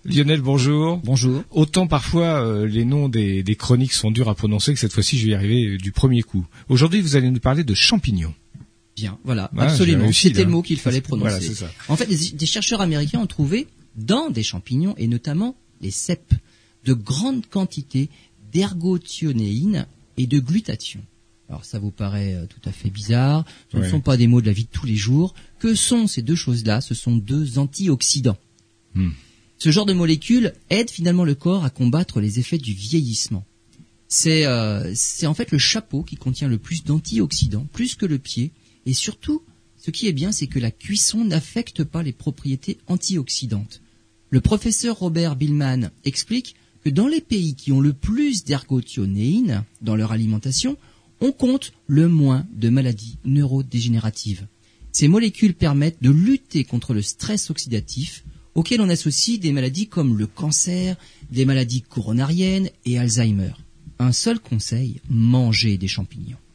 Lionel, bonjour. Bonjour. Autant parfois les noms des chroniques sont durs à prononcer que cette fois-ci je vais y arriver du premier coup. Aujourd'hui, vous allez nous parler de champignons. Bien, voilà, absolument. C'était le mot qu'il fallait prononcer. Voilà, c'est ça. En fait, des chercheurs américains ont trouvé dans des champignons, et notamment les cèpes, de grandes quantités d'ergothionéine et de glutathion. Alors ça vous paraît tout à fait bizarre, ce ne sont pas des mots de la vie de tous les jours. Que sont ces deux choses-là? Ce sont deux antioxydants. Ce genre de molécules aide finalement le corps à combattre les effets du vieillissement. C'est en fait le chapeau qui contient le plus d'antioxydants, plus que le pied. Et surtout, ce qui est bien, c'est que la cuisson n'affecte pas les propriétés antioxydantes. Le professeur Robert Billman explique que dans les pays qui ont le plus d'ergothionéine dans leur alimentation, on compte le moins de maladies neurodégénératives. Ces molécules permettent de lutter contre le stress oxydatif, auquel on associe des maladies comme le cancer, des maladies coronariennes et Alzheimer. Un seul conseil, mangez des champignons.